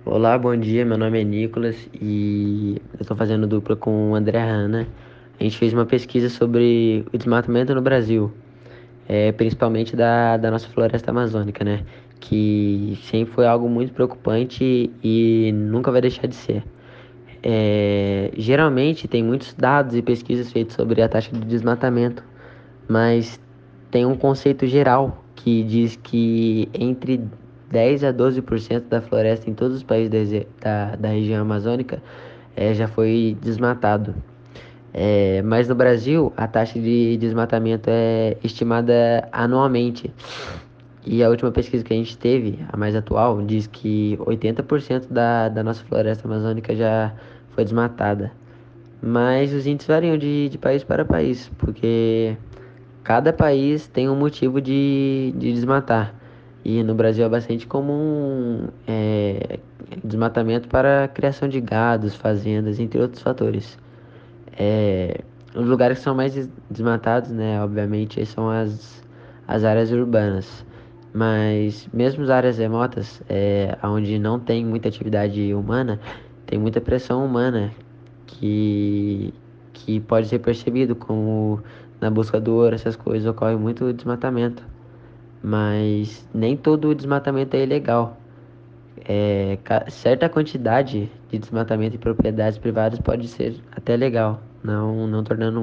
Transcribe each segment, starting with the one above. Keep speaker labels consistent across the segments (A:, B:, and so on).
A: Olá, bom dia. Meu nome é Nicolas e eu estou fazendo dupla com o André Hanna. A gente fez uma pesquisa sobre o desmatamento no Brasil, principalmente da nossa floresta amazônica, né? Que sempre foi algo muito preocupante e nunca vai deixar de ser. Geralmente tem muitos dados e pesquisas feitas sobre a taxa de desmatamento, mas tem um conceito geral que diz que entre 10 a 12% da floresta em todos os países da região amazônica já foi desmatado. Mas no Brasil, a taxa de desmatamento é estimada anualmente. E a última pesquisa que a gente teve, a mais atual, diz que 80% da nossa floresta amazônica já foi desmatada. Mas os índices variam de país para país, porque cada país tem um motivo de desmatar. E no Brasil é bastante comum desmatamento para a criação de gados, fazendas, entre outros fatores. Os lugares que são mais desmatados, né, obviamente, são as áreas urbanas. Mas mesmo as áreas remotas, onde não tem muita atividade humana, tem muita pressão humana que, que pode ser percebido como na busca do ouro, essas coisas, ocorre muito desmatamento. Mas nem todo desmatamento é ilegal. Certa quantidade de desmatamento em propriedades privadas pode ser até legal, não tornando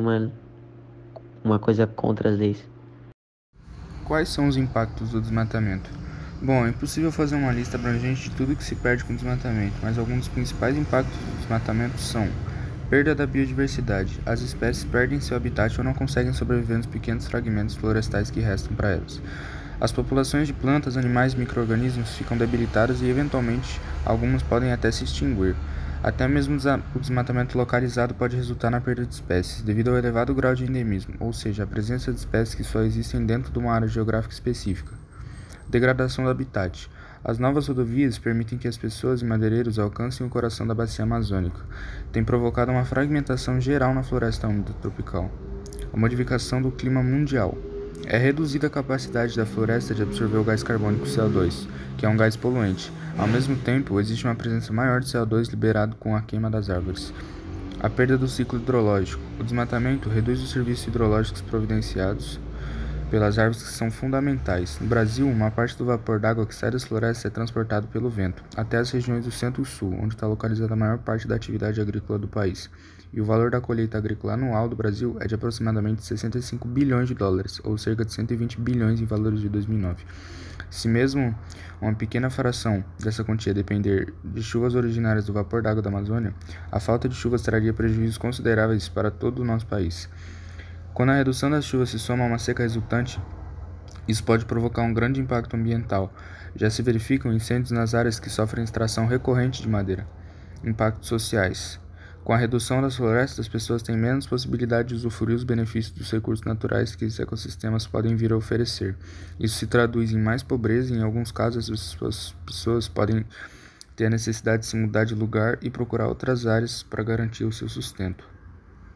A: uma coisa contra as leis.
B: Quais são os impactos do desmatamento? Bom, é impossível fazer uma lista abrangente de tudo que se perde com o desmatamento, mas alguns dos principais impactos do desmatamento são: perda da biodiversidade. As espécies perdem seu habitat ou não conseguem sobreviver nos pequenos fragmentos florestais que restam para elas. As populações de plantas, animais e micro-organismos ficam debilitadas e, eventualmente, algumas podem até se extinguir. Até mesmo o desmatamento localizado pode resultar na perda de espécies, devido ao elevado grau de endemismo, ou seja, a presença de espécies que só existem dentro de uma área geográfica específica. Degradação do habitat. As novas rodovias permitem que as pessoas e madeireiros alcancem o coração da bacia amazônica. Tem provocado uma fragmentação geral na floresta úmida tropical. A modificação do clima mundial. É reduzida a capacidade da floresta de absorver o gás carbônico CO2, que é um gás poluente. Ao mesmo tempo, existe uma presença maior de CO2 liberado com a queima das árvores. A perda do ciclo hidrológico. O desmatamento reduz os serviços hidrológicos providenciados pelas árvores que são fundamentais. No Brasil, uma parte do vapor d'água que sai das florestas é transportado pelo vento até as regiões do Centro-Sul, onde está localizada a maior parte da atividade agrícola do país. E o valor da colheita agrícola anual do Brasil é de aproximadamente 65 bilhões de dólares, ou cerca de 120 bilhões em valores de 2009. Se mesmo uma pequena fração dessa quantia depender de chuvas originárias do vapor d'água da Amazônia, a falta de chuvas traria prejuízos consideráveis para todo o nosso país. Quando a redução das chuvas se soma a uma seca resultante, isso pode provocar um grande impacto ambiental. Já se verificam incêndios nas áreas que sofrem extração recorrente de madeira. Impactos sociais. Com a redução das florestas, as pessoas têm menos possibilidade de usufruir os benefícios dos recursos naturais que esses ecossistemas podem vir a oferecer. Isso se traduz em mais pobreza e, em alguns casos, as pessoas podem ter a necessidade de se mudar de lugar e procurar outras áreas para garantir o seu sustento.